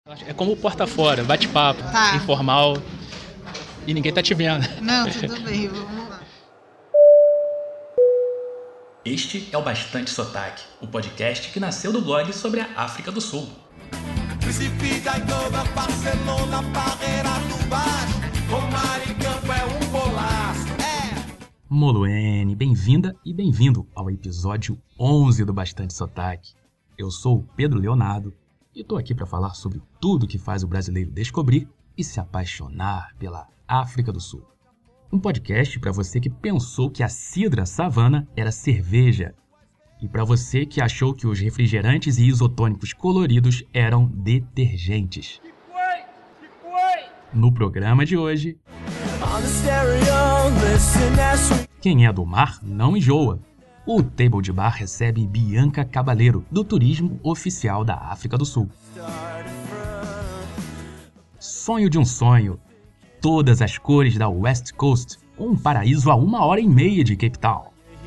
É como porta fora, bate-papo, informal, e ninguém tá te vendo. Não, tudo bem, vamos lá. Este é o Bastante Sotaque, o podcast que nasceu do blog sobre a África do Sul. Moluene, bem-vinda e bem-vindo ao episódio 11 do Bastante Sotaque. Eu sou o Pedro Leonardo e estou aqui para falar sobre tudo que faz o brasileiro descobrir e se apaixonar pela África do Sul. Um podcast para você que pensou que a cidra Savana era cerveja e para você que achou que os refrigerantes e isotônicos coloridos eram detergentes. No programa de hoje, quem é do mar não enjoa. O Table de Bar recebe Bianca Cabaleiro, do Turismo Oficial da África do Sul. Sonho de um sonho. Todas as cores da West Coast, um paraíso a 1h30 de Cape Town.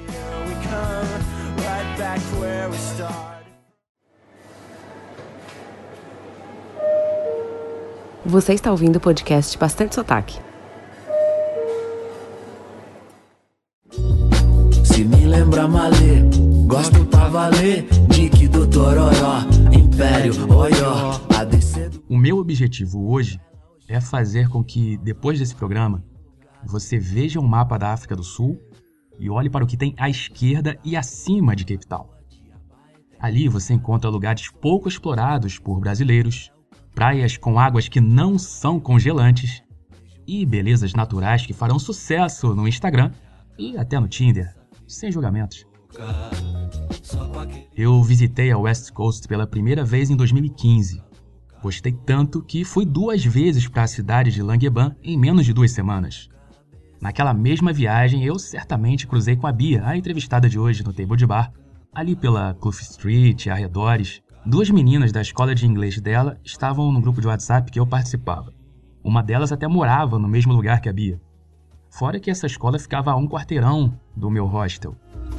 Você está ouvindo o podcast Bastante Sotaque. Se me lembra Malê, gosto pra valer, Dick do Tororó, Império, Oió, ADC do... O meu objetivo hoje é fazer com que, depois desse programa, você veja um mapa da África do Sul e olhe para o que tem à esquerda e acima de Cape Town. Ali você encontra lugares pouco explorados por brasileiros, praias com águas que não são congelantes e belezas naturais que farão sucesso no Instagram e até no Tinder, sem julgamentos. Eu visitei a West Coast pela primeira vez em 2015. Gostei tanto que fui 2 vezes para a cidade de Langueban em menos de 2 semanas. Naquela mesma viagem, eu certamente cruzei com a Bia, a entrevistada de hoje no Table de Bar, ali pela Clough Street, arredores. 2 meninas da escola de inglês dela estavam no grupo de WhatsApp que eu participava. Uma delas até morava no mesmo lugar que a Bia. Fora que essa escola ficava a 1 quarteirão do meu hostel.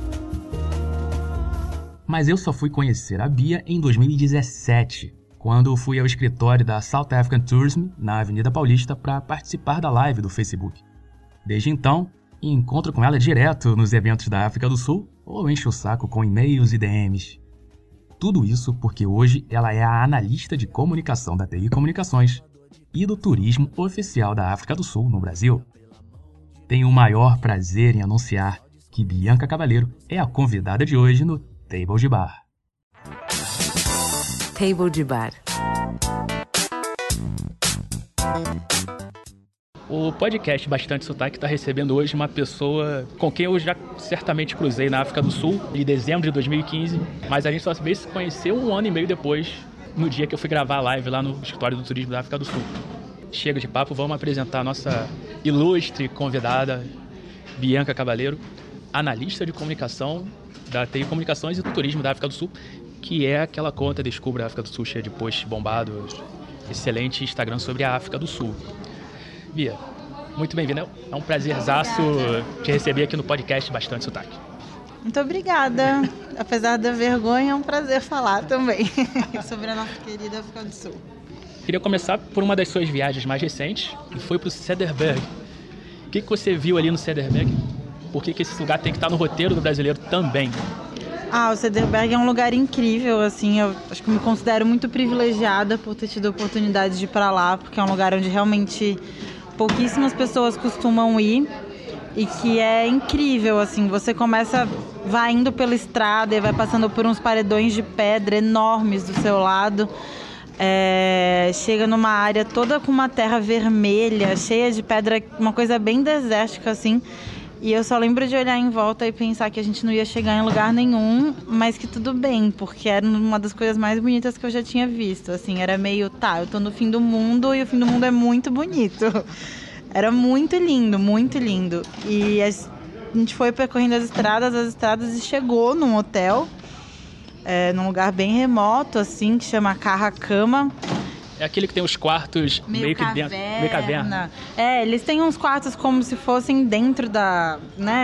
Mas eu só fui conhecer a Bia em 2017, quando fui ao escritório da South African Tourism, na Avenida Paulista, para participar da live do Facebook. Desde então, encontro com ela direto nos eventos da África do Sul ou encho o saco com e-mails e DMs. Tudo isso porque hoje ela é a analista de comunicação da TI Comunicações e do Turismo Oficial da África do Sul no Brasil. Tenho o maior prazer em anunciar que Bianca Cabaleiro é a convidada de hoje no Table de Bar. Table de Bar. O podcast Bastante Sotaque está recebendo hoje uma pessoa com quem eu já certamente cruzei na África do Sul, em dezembro de 2015, mas a gente só veio se conhecer 1 ano e meio depois, no dia que eu fui gravar a live lá no escritório do Turismo da África do Sul. Chega de papo, vamos apresentar a nossa ilustre convidada, Bianca Cabaleiro, analista de comunicação da TI Comunicações e do Turismo da África do Sul, que é aquela conta Descubra a África do Sul, cheia de posts bombados, excelente Instagram sobre a África do Sul. Bia, muito bem-vinda. É um prazerzaço te receber aqui no podcast Bastante Sotaque. Muito obrigada. Apesar da vergonha, é um prazer falar também sobre a nossa querida África do Sul. Queria começar por uma das suas viagens mais recentes, que foi para o Cederberg. O que você viu ali no Cederberg? Por que esse lugar tem que estar no roteiro do brasileiro também? O Cederberg é um lugar incrível, assim, eu acho que eu me considero muito privilegiada por ter tido a oportunidade de ir para lá, porque é um lugar onde realmente pouquíssimas pessoas costumam ir e que é incrível, assim, você vai indo pela estrada e vai passando por uns paredões de pedra enormes do seu lado, chega numa área toda com uma terra vermelha, cheia de pedra, uma coisa bem desértica, assim, e eu só lembro de olhar em volta e pensar que a gente não ia chegar em lugar nenhum, mas que tudo bem, porque era uma das coisas mais bonitas que eu já tinha visto, assim, era meio, eu tô no fim do mundo e o fim do mundo é muito bonito. Era muito lindo, muito lindo. E a gente foi percorrendo as estradas e chegou num hotel, num lugar bem remoto, assim, que chama Carracama. É aquele que tem os quartos meio que dentro, meio caverna. Eles têm uns quartos como se fossem dentro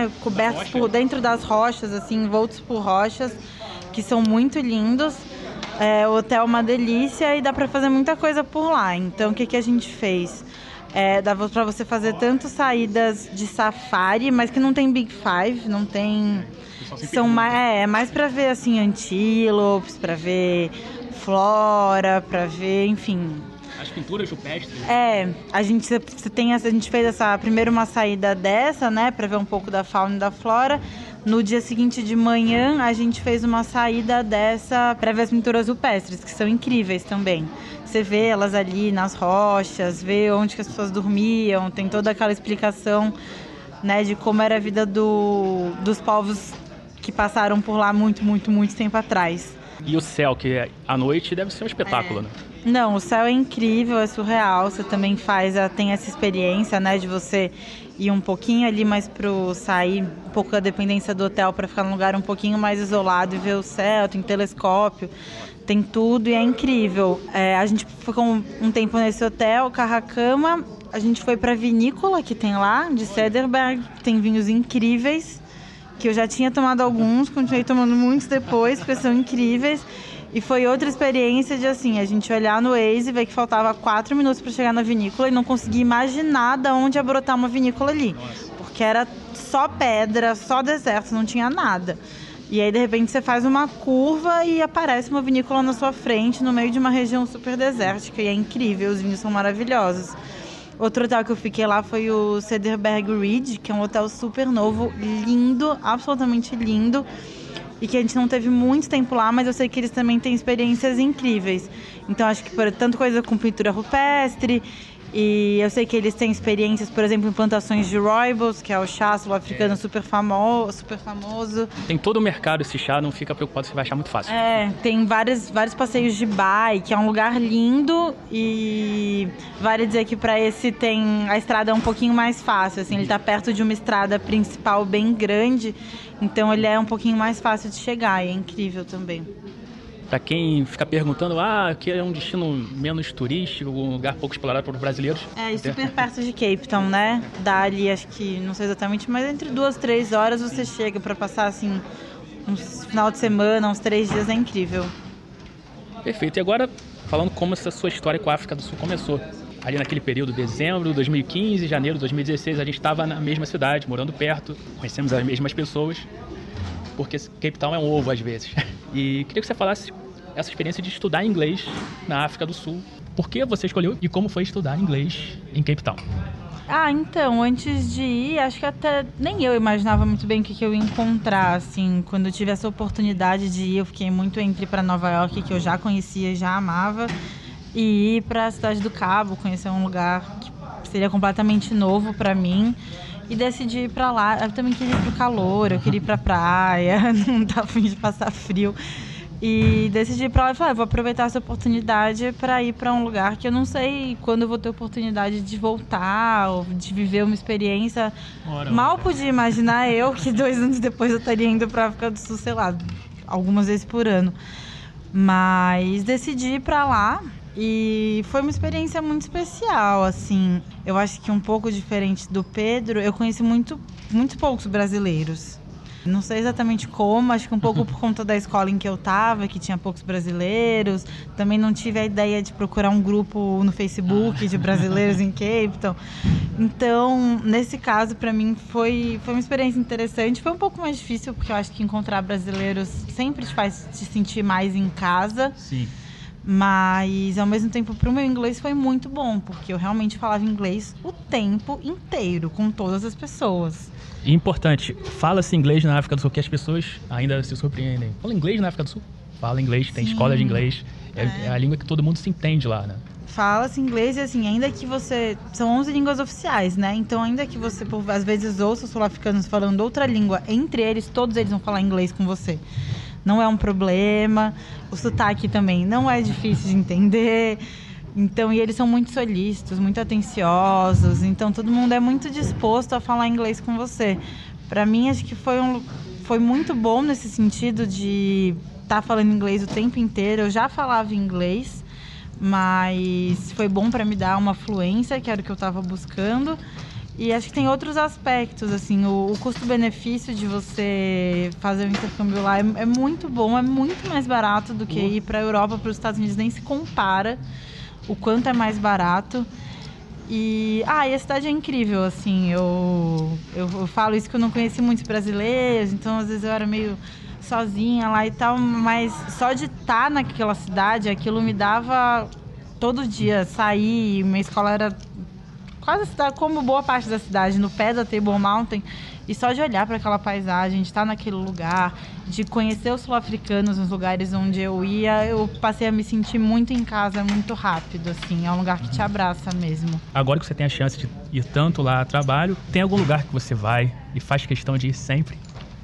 cobertos por dentro das rochas, assim, envoltos por rochas, que são muito lindos. O hotel é uma delícia e dá pra fazer muita coisa por lá. Então, o que a gente fez? Dava pra você fazer tanto saídas de safari, mas que não tem Big Five, não tem... São mais pra ver, assim, antílopes, pra ver flora, pra ver, enfim... As pinturas rupestres. A gente fez primeiro uma saída dessa, né, pra ver um pouco da fauna e da flora. No dia seguinte de manhã, a gente fez uma saída dessa pra ver as pinturas rupestres, que são incríveis também. Você vê elas ali nas rochas, vê onde que as pessoas dormiam, tem toda aquela explicação, né, de como era a vida dos povos que passaram por lá muito, muito, muito tempo atrás. E o céu, que à noite deve ser um espetáculo, né? Não, o céu é incrível, é surreal. Você também tem essa experiência, né, de você ir um pouquinho ali mais sair um pouco da dependência do hotel para ficar num lugar um pouquinho mais isolado e ver o céu. Tem telescópio, tem tudo e é incrível. A gente ficou um tempo nesse hotel, Carracama. A gente foi para a vinícola que tem lá, de Cederberg, que tem vinhos incríveis, que eu já tinha tomado alguns, continuei tomando muitos depois, porque são incríveis. E foi outra experiência de, assim, a gente olhar no Waze e ver que faltava 4 minutos para chegar na vinícola e não conseguir imaginar de onde ia brotar uma vinícola ali. Porque era só pedra, só deserto, não tinha nada. E aí, de repente, você faz uma curva e aparece uma vinícola na sua frente, no meio de uma região super desértica. E é incrível, os vinhos são maravilhosos. Outro hotel que eu fiquei lá foi o Cederberg Ridge, que é um hotel super novo, lindo, absolutamente lindo. E que a gente não teve muito tempo lá, mas eu sei que eles também têm experiências incríveis. Então, acho que tanto coisa com pintura rupestre, e eu sei que eles têm experiências, por exemplo, em plantações de rooibos, que é o chá sul-africano super famoso. Tem todo o mercado esse chá, não fica preocupado, você vai achar muito fácil. Tem vários passeios de bike, é um lugar lindo e vale dizer que para esse a estrada é um pouquinho mais fácil, assim, ele está perto de uma estrada principal bem grande, então ele é um pouquinho mais fácil de chegar e é incrível também. Para quem fica perguntando, que é um destino menos turístico, um lugar pouco explorado pelos brasileiros. E super perto de Cape Town, né? Dá ali, acho que, não sei exatamente, mas entre 2-3 horas você chega para passar, assim, uns final de semana, uns 3 dias, é incrível. Perfeito. E agora, falando como essa sua história com a África do Sul começou. Ali naquele período, dezembro de 2015, janeiro de 2016, a gente estava na mesma cidade, morando perto, conhecemos as mesmas pessoas, porque Cape Town é um ovo às vezes. E queria que você falasse essa experiência de estudar inglês na África do Sul. Por que você escolheu e como foi estudar inglês em Cape Town? Então, antes de ir, acho que até nem eu imaginava muito bem o que eu ia encontrar, assim. Quando eu tive essa oportunidade de ir, eu fiquei muito entre ir para Nova York, que eu já conhecia e já amava, e ir para a Cidade do Cabo, conhecer um lugar que seria completamente novo para mim. E decidi ir pra lá. Eu também queria ir pro calor, eu queria ir pra praia, não tava a fim de passar frio. E decidi ir pra lá e falei, vou aproveitar essa oportunidade para ir para um lugar que eu não sei quando eu vou ter oportunidade de voltar ou de viver uma experiência. Mal podia imaginar eu que 2 anos depois eu estaria indo pra África do Sul, sei lá, algumas vezes por ano. Mas decidi ir pra lá. E foi uma experiência muito especial, assim. Eu acho que um pouco diferente do Pedro, eu conheci muito poucos brasileiros. Não sei exatamente como, acho que um pouco por conta da escola em que eu estava, que tinha poucos brasileiros. Também não tive a ideia de procurar um grupo no Facebook de brasileiros em Cape Town. Então, nesse caso, para mim, foi uma experiência interessante. Foi um pouco mais difícil, porque eu acho que encontrar brasileiros sempre te faz te sentir mais em casa. Sim. Mas, ao mesmo tempo, para o meu inglês foi muito bom, porque eu realmente falava inglês o tempo inteiro, com todas as pessoas. E importante, fala-se inglês na África do Sul, que as pessoas ainda se surpreendem. Fala inglês na África do Sul? Fala inglês, tem escola de inglês. É a língua que todo mundo se entende lá, né? Fala-se inglês e, assim, ainda que são 11 línguas oficiais, né? Então, ainda que você, às vezes, ouça os sul-africanos falando outra língua, entre eles, todos eles vão falar inglês com você. Não é um problema. O sotaque também não é difícil de entender. Então, e eles são muito solícitos, muito atenciosos. Então, todo mundo é muito disposto a falar inglês com você. Para mim, acho que foi muito bom nesse sentido de estar falando inglês o tempo inteiro. Eu já falava inglês, mas foi bom para me dar uma fluência, que era o que eu estava buscando. E acho que tem outros aspectos, assim, o custo-benefício de você fazer o intercâmbio lá é muito bom, é muito mais barato do que ir para a Europa, para os Estados Unidos, nem se compara o quanto é mais barato. E a cidade é incrível, assim, eu falo isso que eu não conheci muitos brasileiros, então às vezes eu era meio sozinha lá e tal, mas só de estar naquela cidade, aquilo me dava todo dia, sair, minha escola era quase como boa parte da cidade, no pé da Table Mountain, e só de olhar para aquela paisagem, de estar naquele lugar, de conhecer os sul-africanos nos lugares onde eu ia, eu passei a me sentir muito em casa, muito rápido, assim, é um lugar que te abraça mesmo. Agora que você tem a chance de ir tanto lá a trabalho, tem algum lugar que você vai e faz questão de ir sempre?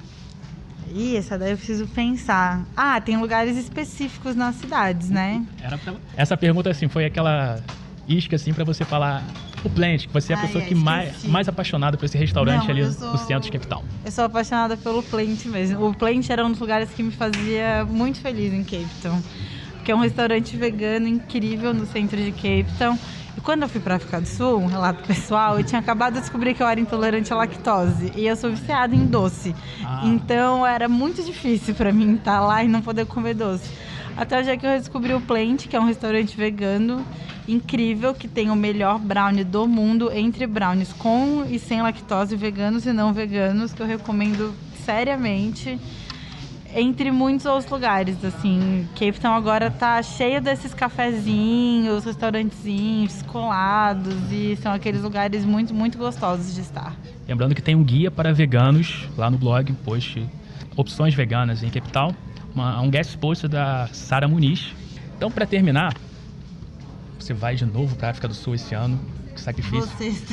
Essa daí eu preciso pensar. Tem lugares específicos nas cidades, né? Essa pergunta, assim, foi aquela isca, assim, pra você falar o Plant, que você é a pessoa que mais apaixonada por esse restaurante ali no centro de Cape Town. Eu sou apaixonada pelo Plant mesmo. O Plant era um dos lugares que me fazia muito feliz em Cape Town. Porque é um restaurante vegano incrível no centro de Cape Town. E quando eu fui pra África do Sul, um relato pessoal, eu tinha acabado de descobrir que eu era intolerante à lactose. E eu sou viciada em doce. Então era muito difícil pra mim estar lá e não poder comer doce. Até o dia que eu descobri o Plant, que é um restaurante vegano incrível, que tem o melhor brownie do mundo, entre brownies com e sem lactose, veganos e não veganos, que eu recomendo seriamente. Entre muitos outros lugares, assim, Cape Town agora tá cheio desses cafezinhos, restaurantezinhos colados, e são aqueles lugares muito, muito gostosos de estar. Lembrando que tem um guia para veganos lá no blog, post opções veganas em Cape Town, um guest post da Sara Muniz. Então, para terminar, você vai de novo para a África do Sul esse ano, que sacrifício.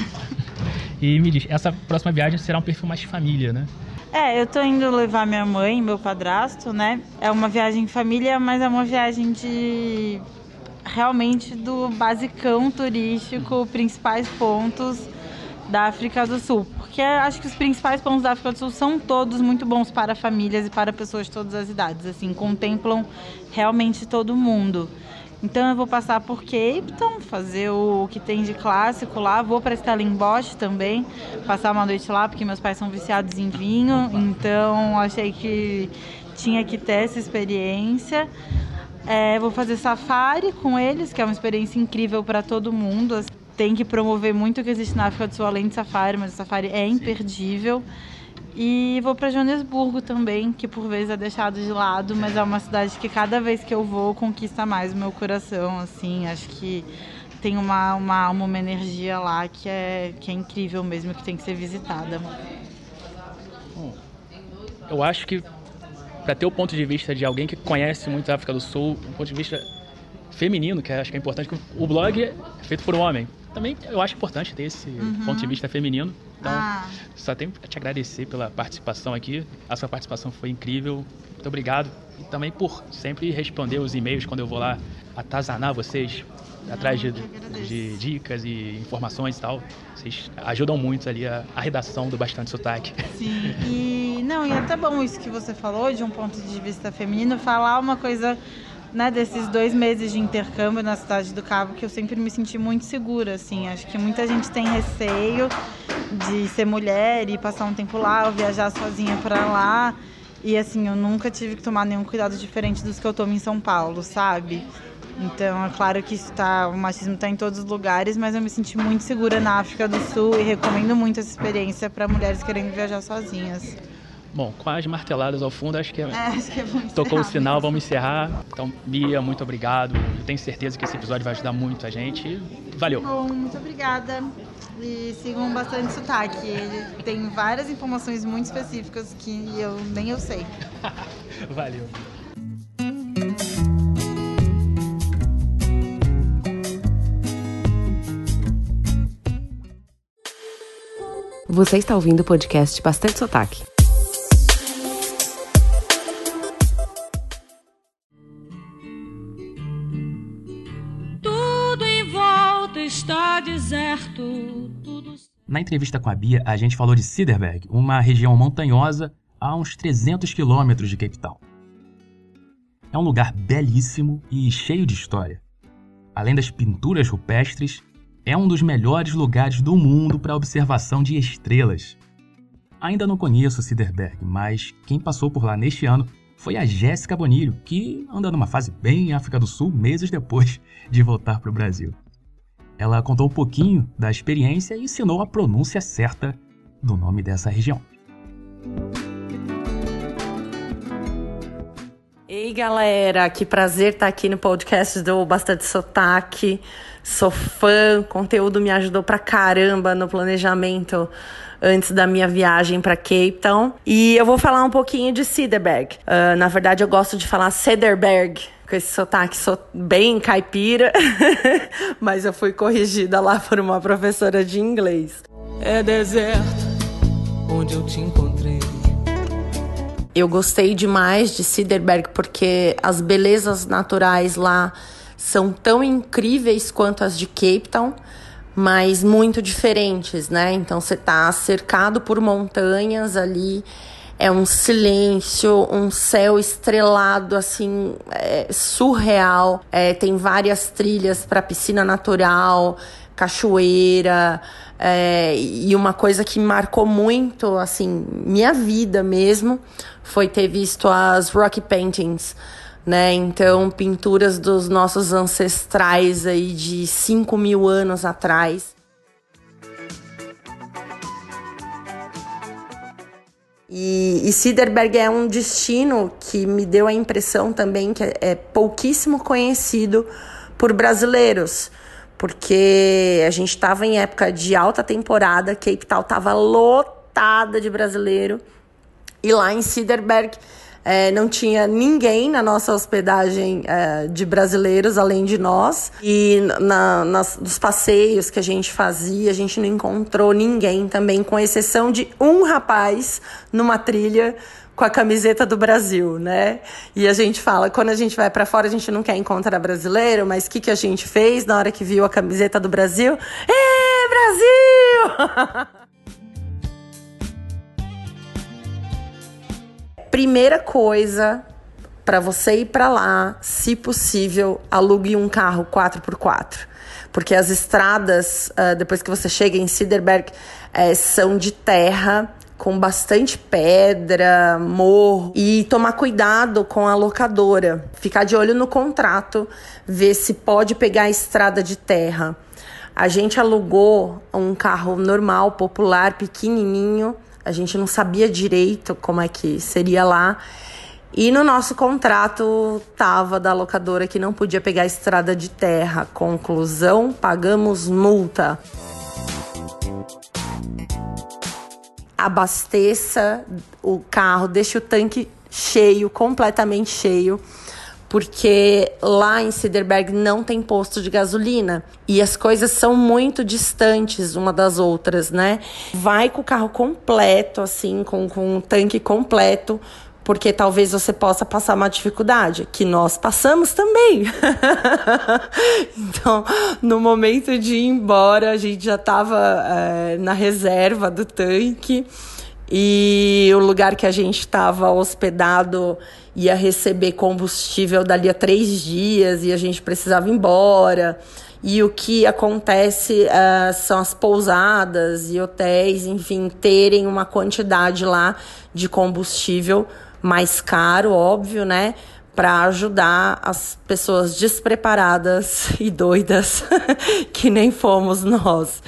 E me diz, essa próxima viagem será um perfil mais família, né? Eu tô indo levar minha mãe e meu padrasto, né? É uma viagem em família, mas é uma viagem de realmente do basicão turístico, principais pontos da África do Sul. Porque acho que os principais pontos da África do Sul são todos muito bons para famílias e para pessoas de todas as idades, assim, contemplam realmente todo mundo. Então eu vou passar por Cape Town, fazer o que tem de clássico lá, vou para Stellenbosch também, passar uma noite lá, porque meus pais são viciados em vinho, então achei que tinha que ter essa experiência. Vou fazer safari com eles, que é uma experiência incrível para todo mundo. Tem que promover muito o que existe na África do Sul, além de safari, mas o safari é imperdível. E vou para Joanesburgo também, que por vezes é deixado de lado, mas é uma cidade que cada vez que eu vou conquista mais o meu coração, assim, acho que tem uma alma, uma energia lá que é incrível mesmo, que tem que ser visitada. Eu acho que, para ter o ponto de vista de alguém que conhece muito a África do Sul, um ponto de vista feminino, que acho que é importante, que o blog é feito por um homem. Também eu acho importante ter esse ponto de vista feminino. Então, só tenho a te agradecer pela participação aqui. A sua participação foi incrível. Muito obrigado. E também por sempre responder os e-mails quando eu vou lá atazanar vocês, atrás de dicas e informações e tal. Vocês ajudam muito ali a redação do Bastante Sotaque. Sim, e é até bom isso que você falou, de um ponto de vista feminino, falar uma coisa, né, desses 2 meses de intercâmbio na Cidade do Cabo, que eu sempre me senti muito segura, assim. Acho que muita gente tem receio de ser mulher e passar um tempo lá, ou viajar sozinha para lá. E, assim, eu nunca tive que tomar nenhum cuidado diferente dos que eu tomo em São Paulo, sabe? Então, é claro que o machismo está em todos os lugares, mas eu me senti muito segura na África do Sul e recomendo muito essa experiência para mulheres querendo viajar sozinhas. Bom, com as marteladas ao fundo, acho que vamos tocou o sinal, vamos encerrar. Então, Mia, muito obrigado. Eu tenho certeza que esse episódio vai ajudar muito a gente. Valeu. Bom, muito obrigada. E sigam Bastante Sotaque. Ele tem várias informações muito específicas que nem eu sei. Valeu. Você está ouvindo o podcast Bastante Sotaque. Tudo em volta está deserto. Na entrevista com a Bia, a gente falou de Cederberg, uma região montanhosa a uns 300 quilômetros de Cape Town. É um lugar belíssimo e cheio de história. Além das pinturas rupestres, é um dos melhores lugares do mundo para observação de estrelas. Ainda não conheço Cederberg, mas quem passou por lá neste ano foi a Jéssica Bonilho, que anda numa fase bem África do Sul meses depois de voltar para o Brasil. Ela contou um pouquinho da experiência e ensinou a pronúncia certa do nome dessa região. Ei, galera, que prazer estar aqui no podcast do Bastante Sotaque. Sou fã, conteúdo me ajudou pra caramba no planejamento antes da minha viagem para Cape Town. E eu vou falar um pouquinho de Cederberg. Na verdade, eu gosto de falar Cederberg, com esse sotaque, sou bem caipira, mas eu fui corrigida lá por uma professora de inglês. É deserto onde eu te encontrei. Eu gostei demais de Cederberg porque as belezas naturais lá são tão incríveis quanto as de Cape Town, mas muito diferentes, né? Então você tá cercado por montanhas ali, é um silêncio, um céu estrelado, assim, surreal. Tem várias trilhas para piscina natural, cachoeira, e uma coisa que marcou muito, assim, minha vida mesmo, foi ter visto as Rocky Paintings, né? Então, pinturas dos nossos ancestrais aí de 5.000 anos atrás. E Cederberg é um destino que me deu a impressão também que é pouquíssimo conhecido por brasileiros, porque a gente estava em época de alta temporada, Cape Town estava lotada de brasileiro, e lá em Cederberg não tinha ninguém na nossa hospedagem de brasileiros, além de nós. E nos passeios que a gente fazia, a gente não encontrou ninguém também, com exceção de um rapaz numa trilha com a camiseta do Brasil, né? E a gente fala, quando a gente vai pra fora, a gente não quer encontrar brasileiro, mas o que a gente fez na hora que viu a camiseta do Brasil? Brasil! Primeira coisa, para você ir para lá, se possível, alugue um carro 4x4. Porque as estradas, depois que você chega em Cederberg, são de terra, com bastante pedra, morro. E tomar cuidado com a locadora. Ficar de olho no contrato, ver se pode pegar a estrada de terra. A gente alugou um carro normal, popular, pequenininho. A gente não sabia direito como é que seria lá. E no nosso contrato tava da locadora que não podia pegar a estrada de terra. Conclusão, pagamos multa. Abasteça o carro, deixa o tanque cheio, completamente cheio, porque lá em Cederberg não tem posto de gasolina e as coisas são muito distantes uma das outras, né? Vai com o carro completo, assim, com um tanque completo, porque talvez você possa passar uma dificuldade, que nós passamos também. Então, no momento de ir embora, a gente já estava na reserva do tanque. E o lugar que a gente estava hospedado ia receber combustível dali a 3 dias e a gente precisava ir embora. E o que acontece são as pousadas e hotéis, enfim, terem uma quantidade lá de combustível mais caro, óbvio, né? Para ajudar as pessoas despreparadas e doidas que nem fomos nós.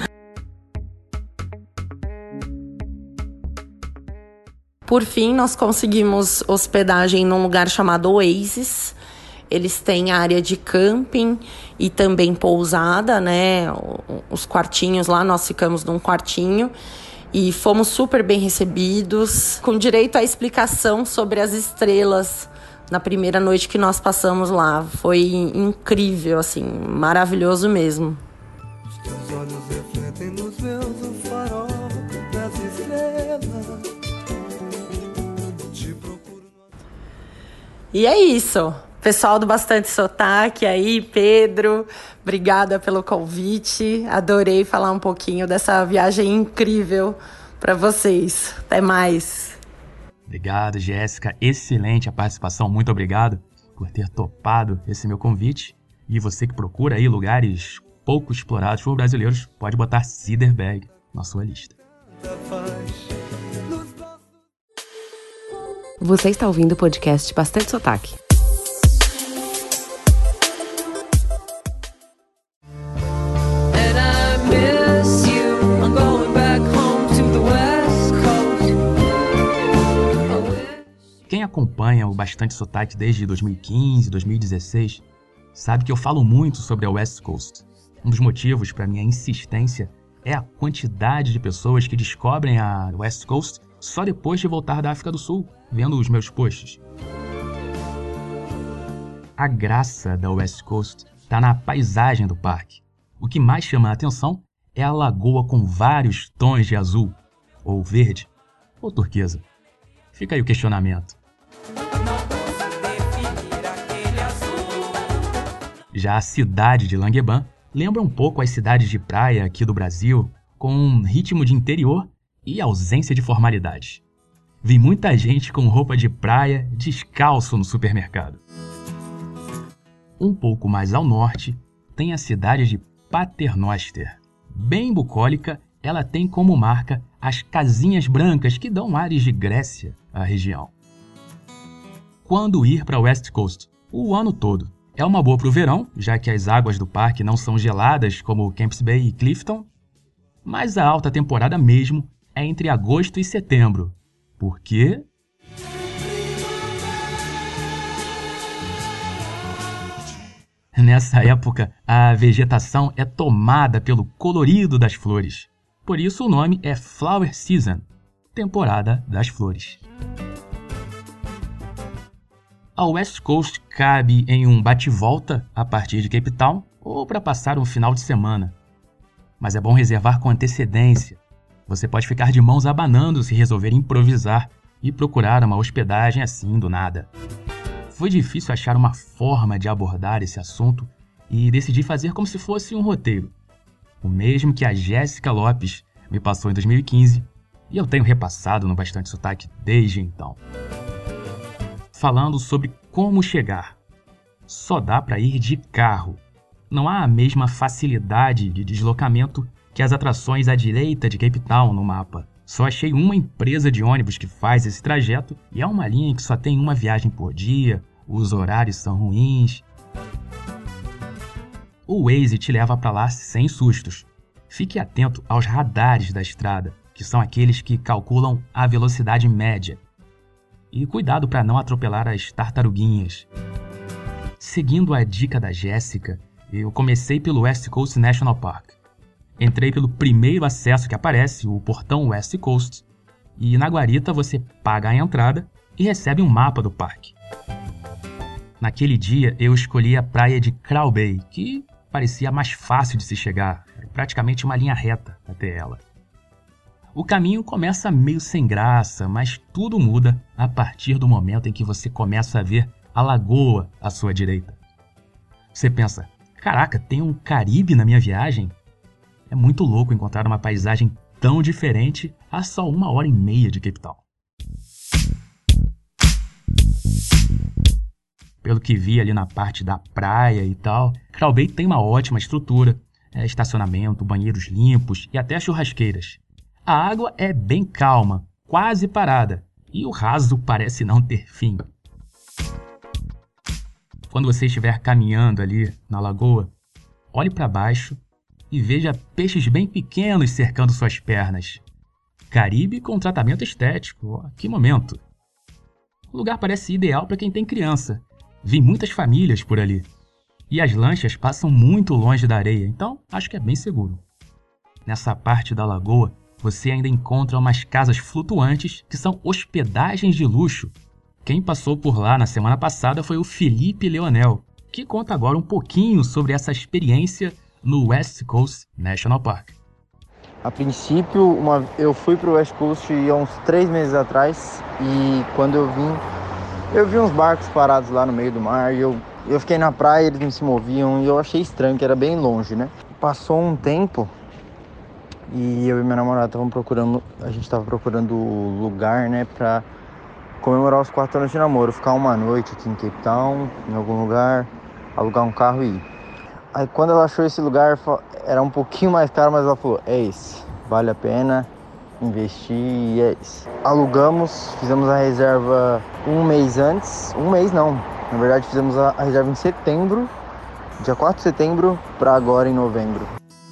Por fim, nós conseguimos hospedagem num lugar chamado Oasis. Eles têm área de camping e também pousada, né? Os quartinhos lá, nós ficamos num quartinho e fomos super bem recebidos, com direito à explicação sobre as estrelas na primeira noite que nós passamos lá. Foi incrível, assim, maravilhoso mesmo. Os teus olhos refletem nos meus o farol das estrelas. E é isso. Pessoal do Bastante Sotaque aí, Pedro, obrigada pelo convite. Adorei falar um pouquinho dessa viagem incrível para vocês. Até mais. Obrigado, Jéssica. Excelente a participação. Muito obrigado por ter topado esse meu convite. E você que procura aí lugares pouco explorados por brasileiros, pode botar Cederberg na sua lista. Você está ouvindo o podcast Bastante Sotaque. Quem acompanha o Bastante Sotaque desde 2015, 2016, sabe que eu falo muito sobre a West Coast. Um dos motivos para minha insistência é a quantidade de pessoas que descobrem a West Coast só depois de voltar da África do Sul, vendo os meus posts. A graça da West Coast está na paisagem do parque. O que mais chama a atenção é a lagoa com vários tons de azul, ou verde, ou turquesa. Fica aí o questionamento. Já a cidade de Langueban lembra um pouco as cidades de praia aqui do Brasil, com um ritmo de interior e ausência de formalidades. Vi muita gente com roupa de praia descalço no supermercado. Um pouco mais ao norte, tem a cidade de Paternoster. Bem bucólica, ela tem como marca as casinhas brancas que dão ares de Grécia à região. Quando ir para a West Coast? O ano todo. É uma boa para o verão, já que as águas do parque não são geladas como Camps Bay e Clifton, mas a alta temporada mesmo é entre agosto e setembro. Por quê? Nessa época, a vegetação é tomada pelo colorido das flores. Por isso o nome é Flower Season, temporada das flores. A West Coast cabe em um bate-volta a partir de Cape Town ou para passar um final de semana. Mas é bom reservar com antecedência. Você pode ficar de mãos abanando se resolver improvisar e procurar uma hospedagem assim do nada. Foi difícil achar uma forma de abordar esse assunto e decidi fazer como se fosse um roteiro. O mesmo que a Jéssica Lopes me passou em 2015 e eu tenho repassado no Bastante Sotaque desde então. Falando sobre como chegar. Só dá para ir de carro. Não há a mesma facilidade de deslocamento que as atrações à direita de Cape Town no mapa. Só achei uma empresa de ônibus que faz esse trajeto e é uma linha que só tem uma viagem por dia, os horários são ruins. O Waze te leva para lá sem sustos. Fique atento aos radares da estrada, que são aqueles que calculam a velocidade média. E cuidado para não atropelar as tartaruguinhas. Seguindo a dica da Jéssica, eu comecei pelo West Coast National Park. Entrei pelo primeiro acesso que aparece, o portão West Coast, e na guarita você paga a entrada e recebe um mapa do parque. Naquele dia eu escolhi a praia de Crow Bay, que parecia mais fácil de se chegar, praticamente uma linha reta até ela. O caminho começa meio sem graça, mas tudo muda a partir do momento em que você começa a ver a lagoa à sua direita. Você pensa, caraca, tem um Caribe na minha viagem? É muito louco encontrar uma paisagem tão diferente a só 1h30 de Cape Town. Pelo que vi ali na parte da praia e tal, Crow Bay tem uma ótima estrutura, estacionamento, banheiros limpos e até churrasqueiras. A água é bem calma, quase parada, e o raso parece não ter fim. Quando você estiver caminhando ali na lagoa, olhe para baixo e veja peixes bem pequenos cercando suas pernas. Caribe com tratamento estético, que momento! O lugar parece ideal para quem tem criança. Vi muitas famílias por ali. E as lanchas passam muito longe da areia, então acho que é bem seguro. Nessa parte da lagoa, você ainda encontra umas casas flutuantes que são hospedagens de luxo. Quem passou por lá na semana passada foi o Felipe Leonel, que conta agora um pouquinho sobre essa experiência no West Coast National Park. A princípio, eu fui para o West Coast há uns 3 meses atrás e quando eu vi uns barcos parados lá no meio do mar e eu fiquei na praia, eles não se moviam e eu achei estranho, que era bem longe, né? Passou um tempo e eu e minha namorada a gente estava procurando lugar, né, para comemorar os 4 anos de namoro, ficar uma noite aqui em Cape Town, em algum lugar, alugar um carro e ir. Aí quando ela achou esse lugar, era um pouquinho mais caro, mas ela falou, é esse, vale a pena investir e é isso. Alugamos, fizemos a reserva um mês antes, um mês não, na verdade fizemos a reserva em setembro, dia 4 de setembro para agora em novembro.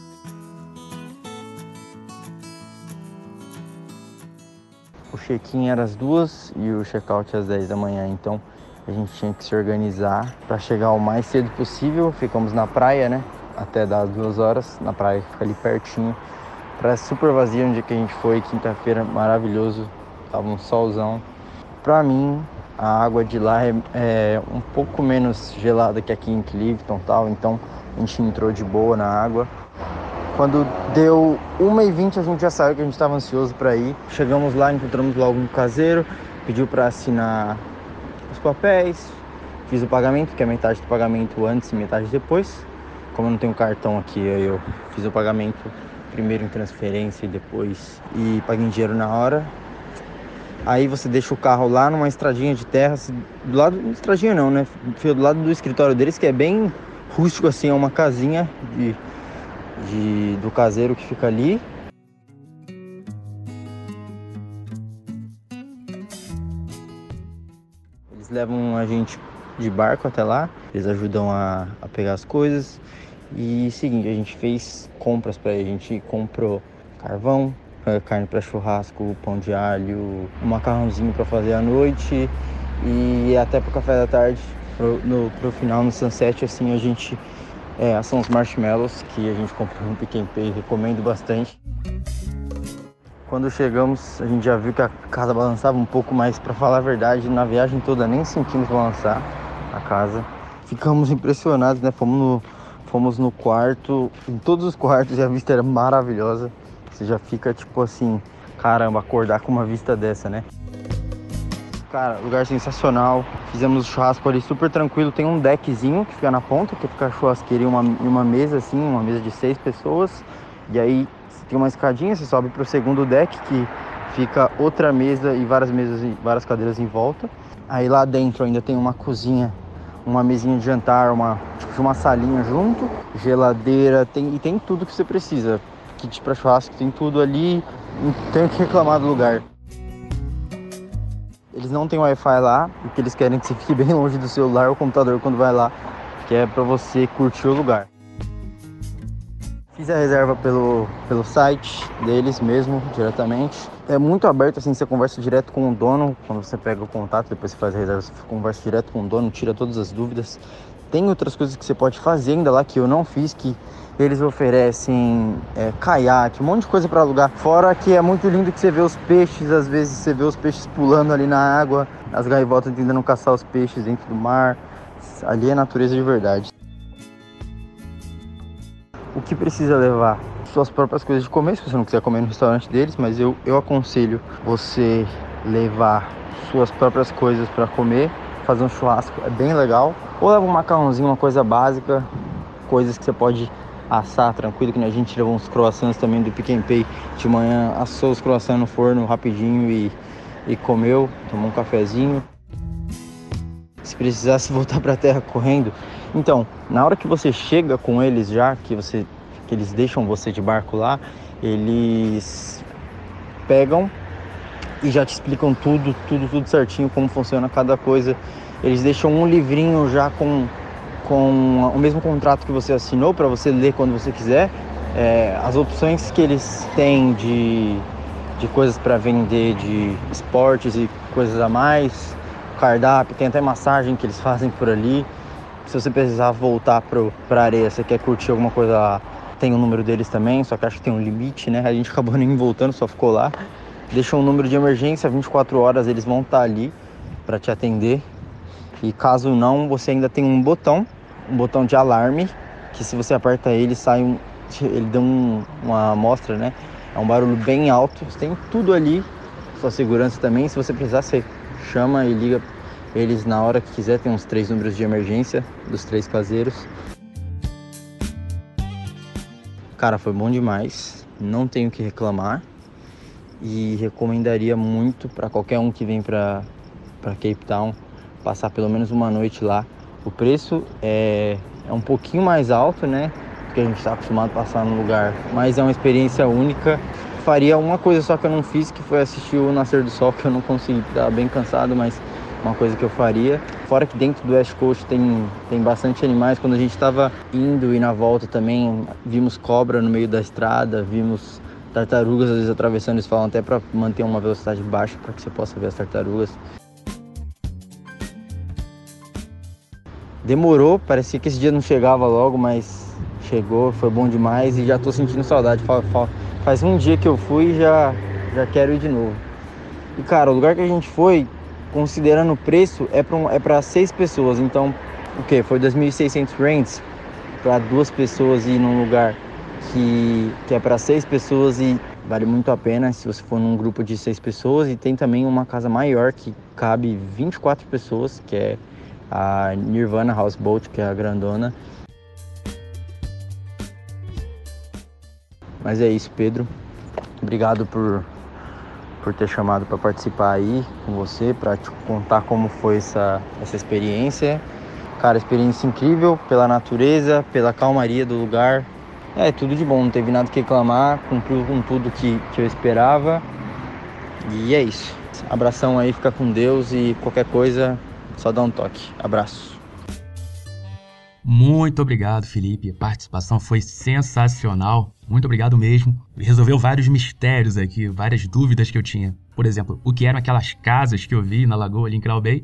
O check-in era às 2 e o check-out às 10 da manhã, então a gente tinha que se organizar para chegar o mais cedo possível. Ficamos na praia, né, até das 2 horas, na praia fica ali pertinho. Praia super vazia, um dia que a gente foi, quinta-feira, maravilhoso, tava um solzão. Pra mim, a água de lá é um pouco menos gelada que aqui em Clifton e tal, então a gente entrou de boa na água. Quando deu 1h20 a gente já saiu, que a gente estava ansioso para ir. Chegamos lá, encontramos logo um caseiro, pediu para assinar os papéis, fiz o pagamento, que é metade do pagamento antes e metade depois. Como eu não tenho cartão aqui, eu fiz o pagamento primeiro em transferência e depois paguei em dinheiro na hora. Aí você deixa o carro lá numa estradinha de terra, do lado, estradinha não, né? Do lado do escritório deles, que é bem rústico assim, é uma casinha do caseiro que fica ali. Eles levam a gente de barco até lá, eles ajudam a pegar as coisas. E seguinte, a gente fez compras para ele, a gente comprou carvão, carne para churrasco, pão de alho, um macarrãozinho para fazer à noite e até pro café da tarde, pro final, no sunset, assim, a gente são os marshmallows que a gente comprou no Pick n Pay, recomendo bastante. Quando chegamos, a gente já viu que a casa balançava um pouco, mas para falar a verdade, na viagem toda nem sentimos balançar a casa. Ficamos impressionados, né? Fomos no quarto, em todos os quartos, e a vista era maravilhosa. Você já fica tipo assim, caramba, acordar com uma vista dessa, né? Cara, lugar sensacional. Fizemos o churrasco ali super tranquilo. Tem um deckzinho que fica na ponta, que fica a churrasqueira e uma mesa assim, uma mesa de 6 pessoas. E aí tem uma escadinha, você sobe pro segundo deck, que fica outra mesa e várias cadeiras em volta. Aí lá dentro ainda tem uma cozinha, uma mesinha de jantar, uma salinha junto, geladeira, tem tudo que você precisa. Kit para churrasco, tem tudo ali, não tem o que reclamar do lugar. Eles não têm Wi-Fi lá, porque eles querem que você fique bem longe do celular ou computador quando vai lá, que é para você curtir o lugar. Fiz a reserva pelo site deles mesmo, diretamente. É muito aberto, assim, você conversa direto com o dono. Quando você pega o contato, depois você faz a reserva, você conversa direto com o dono, tira todas as dúvidas. Tem outras coisas que você pode fazer ainda lá que eu não fiz, que eles oferecem caiaque, um monte de coisa para alugar. Fora que é muito lindo que você vê os peixes, às vezes você vê os peixes pulando ali na água, as gaivotas tentando caçar os peixes dentro do mar. Ali é natureza de verdade. O que precisa levar? Suas próprias coisas de comer, se você não quiser comer no restaurante deles, mas eu aconselho você levar suas próprias coisas para comer, fazer um churrasco, é bem legal. Ou leva um macarrãozinho, uma coisa básica, coisas que você pode assar tranquilo, que a gente levou uns croissants também do Pick n Pay de manhã, assou os croissants no forno rapidinho e comeu, tomou um cafezinho. Se precisasse voltar para a terra correndo, então, na hora que você chega com eles já, que eles deixam você de barco lá, eles pegam e já te explicam tudo certinho, como funciona cada coisa. Eles deixam um livrinho já com o mesmo contrato que você assinou para você ler quando você quiser. As opções que eles têm de coisas para vender, de esportes e coisas a mais, cardápio, tem até massagem que eles fazem por ali. Se você precisar voltar pra areia, você quer curtir alguma coisa lá, tem o número deles também, só que acho que tem um limite, né? A gente acabou nem voltando, só ficou lá. Deixa um número de emergência, 24 horas eles vão estar ali para te atender. E caso não, você ainda tem um botão de alarme, que se você aperta ele, ele dá uma amostra, né? É um barulho bem alto, você tem tudo ali, sua segurança também. Se você precisar, você chama e liga eles na hora que quiser. Tem uns 3 números de emergência dos 3 caseiros. Cara, foi bom demais, não tenho o que reclamar e recomendaria muito para qualquer um que vem para Cape Town passar pelo menos uma noite lá. O preço é um pouquinho mais alto, né? Porque a gente está acostumado a passar no lugar, mas é uma experiência única. Faria uma coisa só que eu não fiz, que foi assistir o nascer do sol, que eu não consegui, estava bem cansado, mas uma coisa que eu faria. Fora que dentro do West Coast tem bastante animais. Quando a gente estava indo e na volta também, vimos cobra no meio da estrada, vimos tartarugas às vezes atravessando. Eles falam até para manter uma velocidade baixa para que você possa ver as tartarugas. Demorou, parecia que esse dia não chegava logo, mas chegou, foi bom demais e já tô sentindo saudade. Faz um dia que eu fui e já quero ir de novo. E cara, o lugar que a gente foi, considerando o preço, é para 6 pessoas. Então, o que? Foi 2.600 rands para 2 pessoas ir num lugar que é para 6 pessoas e vale muito a pena se você for num grupo de 6 pessoas. E tem também uma casa maior que cabe 24 pessoas, que é a Nirvana Houseboat, que é a grandona. Mas é isso, Pedro. Obrigado por ter chamado para participar aí com você, para te contar como foi essa experiência. Cara, experiência incrível pela natureza, pela calmaria do lugar. É tudo de bom, não teve nada que reclamar, cumpriu com tudo que eu esperava. E é isso. Abração aí, fica com Deus e qualquer coisa, só dá um toque. Abraço. Muito obrigado, Felipe. A participação foi sensacional. Muito obrigado mesmo. Resolveu vários mistérios aqui, várias dúvidas que eu tinha. Por exemplo, o que eram aquelas casas que eu vi na lagoa ali em Crowell Bay?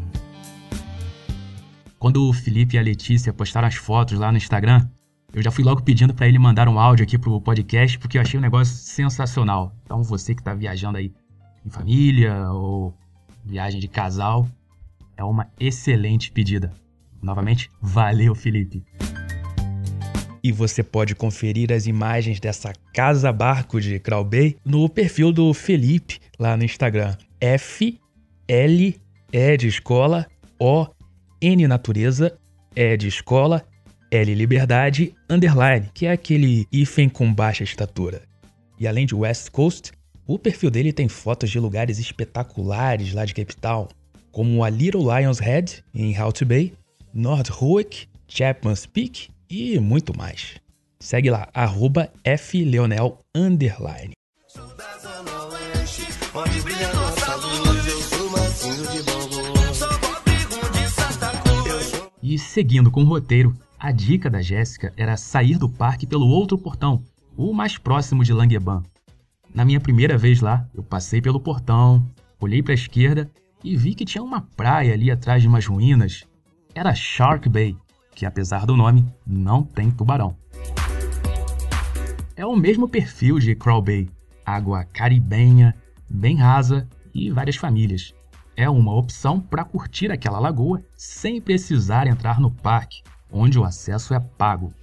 Quando o Felipe e a Letícia postaram as fotos lá no Instagram, eu já fui logo pedindo para ele mandar um áudio aqui pro podcast, porque eu achei um negócio sensacional. Então você que está viajando aí em família ou viagem de casal, é uma excelente pedida. Novamente, valeu, Felipe. E você pode conferir as imagens dessa casa-barco de Crowell Bay no perfil do Felipe lá no Instagram. FLE de escola, ON natureza, E de escola, L liberdade, underline, que é aquele hífen com baixa estatura. E além de West Coast, o perfil dele tem fotos de lugares espetaculares lá de Cape Town, como a Little Lion's Head, em Hout Bay, North Hoek, Chapman's Peak e muito mais. Segue lá, @fleonel_. E seguindo com o roteiro, a dica da Jéssica era sair do parque pelo outro portão, o mais próximo de Langebahn. Na minha primeira vez lá, eu passei pelo portão, olhei para a esquerda e vi que tinha uma praia ali atrás de umas ruínas. Era Shark Bay, que apesar do nome, não tem tubarão. É o mesmo perfil de Crowell Bay, água caribenha, bem rasa e várias famílias. É uma opção para curtir aquela lagoa sem precisar entrar no parque, onde o acesso é pago.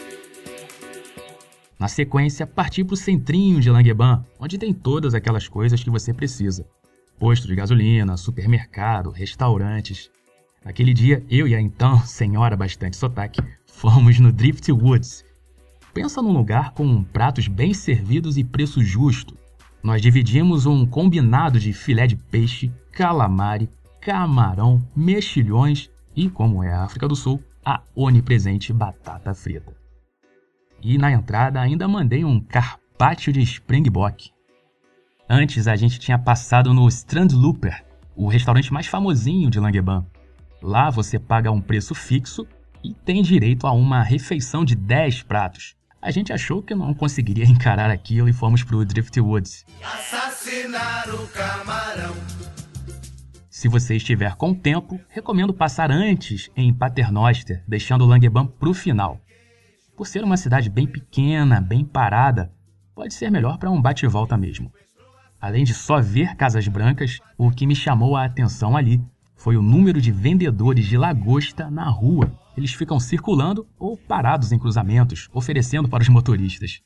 Na sequência, parti para o centrinho de Langebahn, onde tem todas aquelas coisas que você precisa. Posto de gasolina, supermercado, restaurantes. Naquele dia, eu e a então senhora bastante sotaque fomos no Driftwoods. Pensa num lugar com pratos bem servidos e preço justo. Nós dividimos um combinado de filé de peixe, calamari, camarão, mexilhões e, como é a África do Sul, a onipresente batata frita. E na entrada ainda mandei um carpaccio de Springbok. Antes a gente tinha passado no Strandlooper, o restaurante mais famosinho de Langebahn. Lá você paga um preço fixo e tem direito a uma refeição de 10 pratos. A gente achou que não conseguiria encarar aquilo e fomos pro Driftwoods. Assassinar o camarão. Se você estiver com tempo, recomendo passar antes em Paternoster, deixando Langebahn pro final. Por ser uma cidade bem pequena, bem parada, pode ser melhor para um bate-volta mesmo. Além de só ver casas brancas, o que me chamou a atenção ali foi o número de vendedores de lagosta na rua. Eles ficam circulando ou parados em cruzamentos, oferecendo para os motoristas.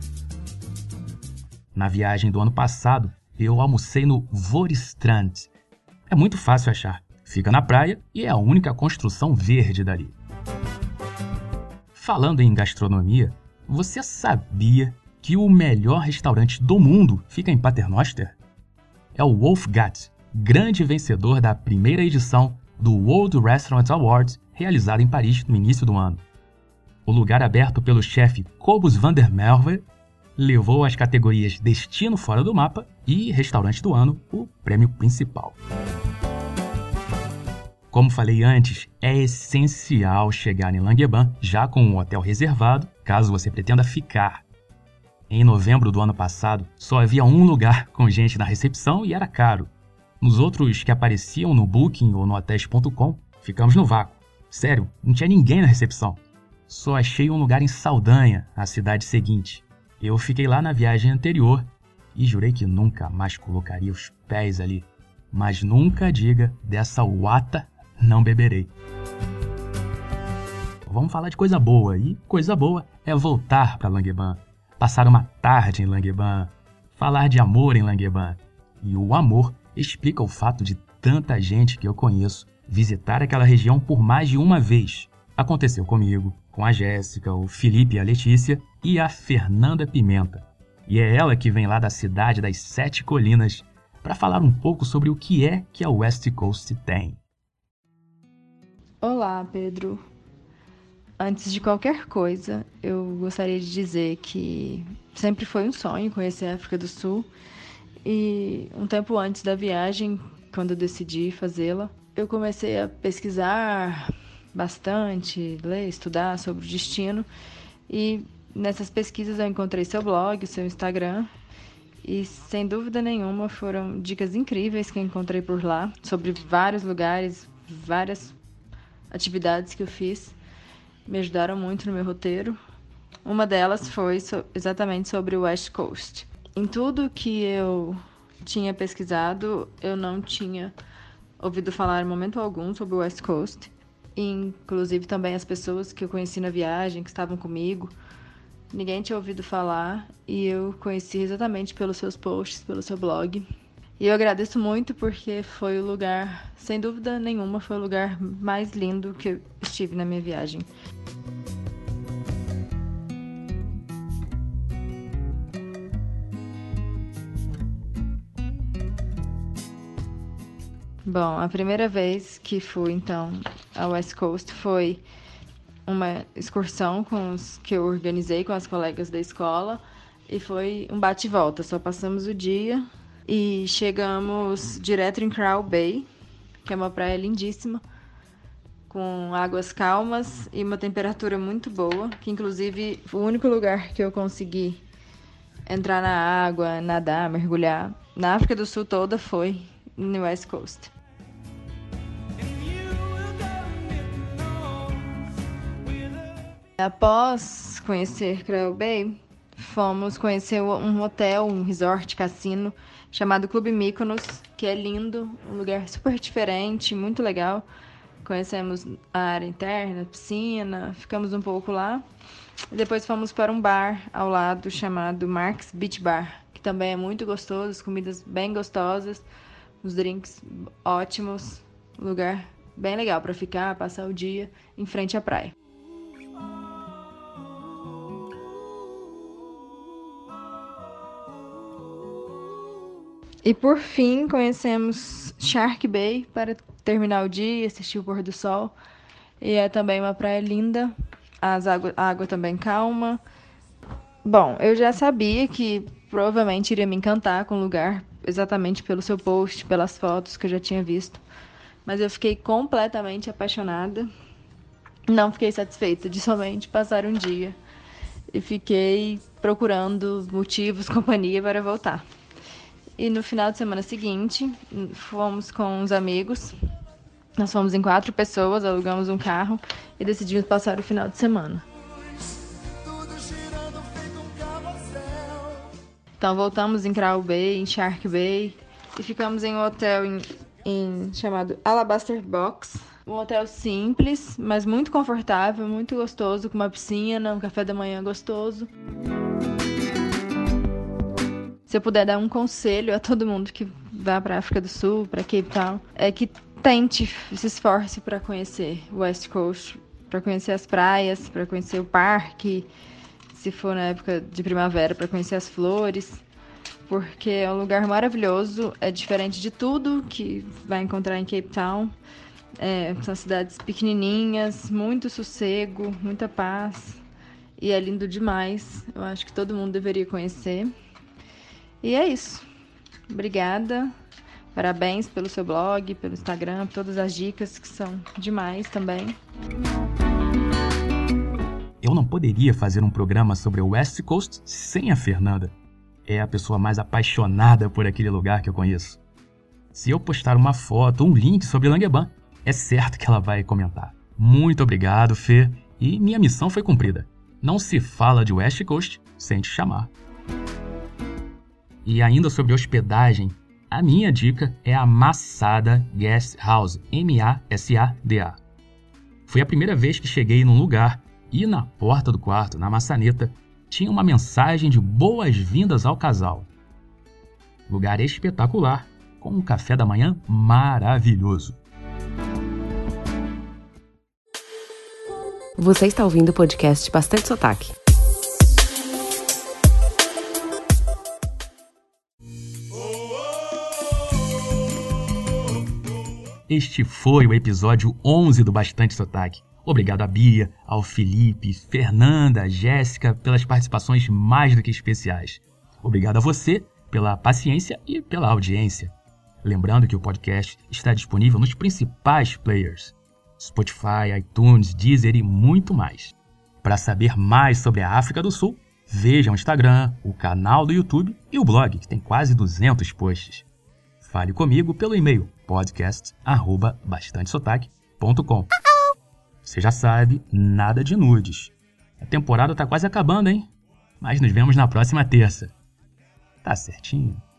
Na viagem do ano passado, eu almocei no Voorstrand. É muito fácil achar. Fica na praia e é a única construção verde dali. Falando em gastronomia, você sabia que o melhor restaurante do mundo fica em Paternoster? É o Wolfgat, grande vencedor da primeira edição do World Restaurant Awards, realizada em Paris no início do ano. O lugar aberto pelo chefe Cobus van der Merwe levou às categorias Destino Fora do Mapa e Restaurante do Ano o prêmio principal. Como falei antes, é essencial chegar em Langueban já com um hotel reservado, caso você pretenda ficar. Em novembro do ano passado, só havia um lugar com gente na recepção e era caro. Nos outros que apareciam no Booking ou no Hotels.com, ficamos no vácuo. Sério, não tinha ninguém na recepção. Só achei um lugar em Saldanha, a cidade seguinte. Eu fiquei lá na viagem anterior e jurei que nunca mais colocaria os pés ali. Mas nunca diga, dessa uata não beberei. Vamos falar de coisa boa, e coisa boa é voltar para Langueban, passar uma tarde em Langueban, falar de amor em Langueban. E o amor explica o fato de tanta gente que eu conheço visitar aquela região por mais de uma vez. Aconteceu comigo, com a Jéssica, o Felipe e a Letícia e a Fernanda Pimenta. E é ela que vem lá da cidade das 7 colinas para falar um pouco sobre o que é que a West Coast tem. Olá, Pedro. Antes de qualquer coisa, eu gostaria de dizer que sempre foi um sonho conhecer a África do Sul. E um tempo antes da viagem, quando eu decidi fazê-la, eu comecei a pesquisar bastante, ler, estudar sobre o destino. E nessas pesquisas eu encontrei seu blog, seu Instagram. E sem dúvida nenhuma foram dicas incríveis que eu encontrei por lá, sobre vários lugares, várias atividades que eu fiz. Me ajudaram muito no meu roteiro. Uma delas foi exatamente sobre o West Coast. Em tudo que eu tinha pesquisado, eu não tinha ouvido falar em momento algum sobre o West Coast. Inclusive também as pessoas que eu conheci na viagem, que estavam comigo, ninguém tinha ouvido falar e eu conheci exatamente pelos seus posts, pelo seu blog. E eu agradeço muito porque foi o lugar, sem dúvida nenhuma, foi o lugar mais lindo que eu estive na minha viagem. Bom, a primeira vez que fui, então, ao West Coast foi uma excursão que eu organizei com as colegas da escola e foi um bate e volta, só passamos o dia e chegamos direto em Crowell Bay, que é uma praia lindíssima, com águas calmas e uma temperatura muito boa, que inclusive o único lugar que eu consegui entrar na água, nadar, mergulhar na África do Sul toda foi no West Coast. Após conhecer Crowell Bay, fomos conhecer um hotel, um resort, cassino, chamado Clube Mykonos, que é lindo, um lugar super diferente, muito legal. Conhecemos a área interna, a piscina, ficamos um pouco lá. E depois fomos para um bar ao lado chamado Mark's Beach Bar, que também é muito gostoso, comidas bem gostosas, os drinks ótimos, um lugar bem legal para ficar, passar o dia em frente à praia. E por fim, conhecemos Shark Bay para terminar o dia, assistir o pôr do sol. E é também uma praia linda, a água também calma. Bom, eu já sabia que provavelmente iria me encantar com o lugar, exatamente pelo seu post, pelas fotos que eu já tinha visto. Mas eu fiquei completamente apaixonada. Não fiquei satisfeita de somente passar um dia. E fiquei procurando motivos, companhia para voltar. E no final de semana seguinte, fomos com uns amigos. Nós fomos em 4 pessoas, alugamos um carro e decidimos passar o final de semana. Então voltamos em Crowell Bay, em Shark Bay, e ficamos em um hotel chamado Alabaster Box. Um hotel simples, mas muito confortável, muito gostoso, com uma piscina, um café da manhã gostoso. Se eu puder dar um conselho a todo mundo que vá para a África do Sul, para Cape Town, é que tente, se esforce para conhecer o West Coast, para conhecer as praias, para conhecer o parque, se for na época de primavera, para conhecer as flores, porque é um lugar maravilhoso, é diferente de tudo que vai encontrar em Cape Town, São cidades pequenininhas, muito sossego, muita paz. E é lindo demais. Eu acho que todo mundo deveria conhecer. E é isso. Obrigada. Parabéns pelo seu blog, pelo Instagram, por todas as dicas que são demais também. Eu não poderia fazer um programa sobre o West Coast sem a Fernanda. É a pessoa mais apaixonada por aquele lugar que eu conheço. Se eu postar uma foto, um link sobre Langueban, é certo que ela vai comentar. Muito obrigado, Fê, e minha missão foi cumprida. Não se fala de West Coast sem te chamar. E ainda sobre hospedagem, a minha dica é a Masada Guest House, M-A-S-A-D-A. Foi a primeira vez que cheguei num lugar e na porta do quarto, na maçaneta, tinha uma mensagem de boas-vindas ao casal. Lugar espetacular, com um café da manhã maravilhoso. Você está ouvindo o podcast Bastante Sotaque. Este foi o episódio 11 do Bastante Sotaque. Obrigado a Bia, ao Felipe, Fernanda, Jéssica pelas participações mais do que especiais. Obrigado a você pela paciência e pela audiência. Lembrando que o podcast está disponível nos principais players: Spotify, iTunes, Deezer e muito mais. Para saber mais sobre a África do Sul, veja o Instagram, o canal do YouTube e o blog, que tem quase 200 posts. Fale comigo pelo e-mail podcast@bastantesotaque.com. Você já sabe, nada de nudes. A temporada tá quase acabando, hein? Mas nos vemos na próxima terça. Tá certinho?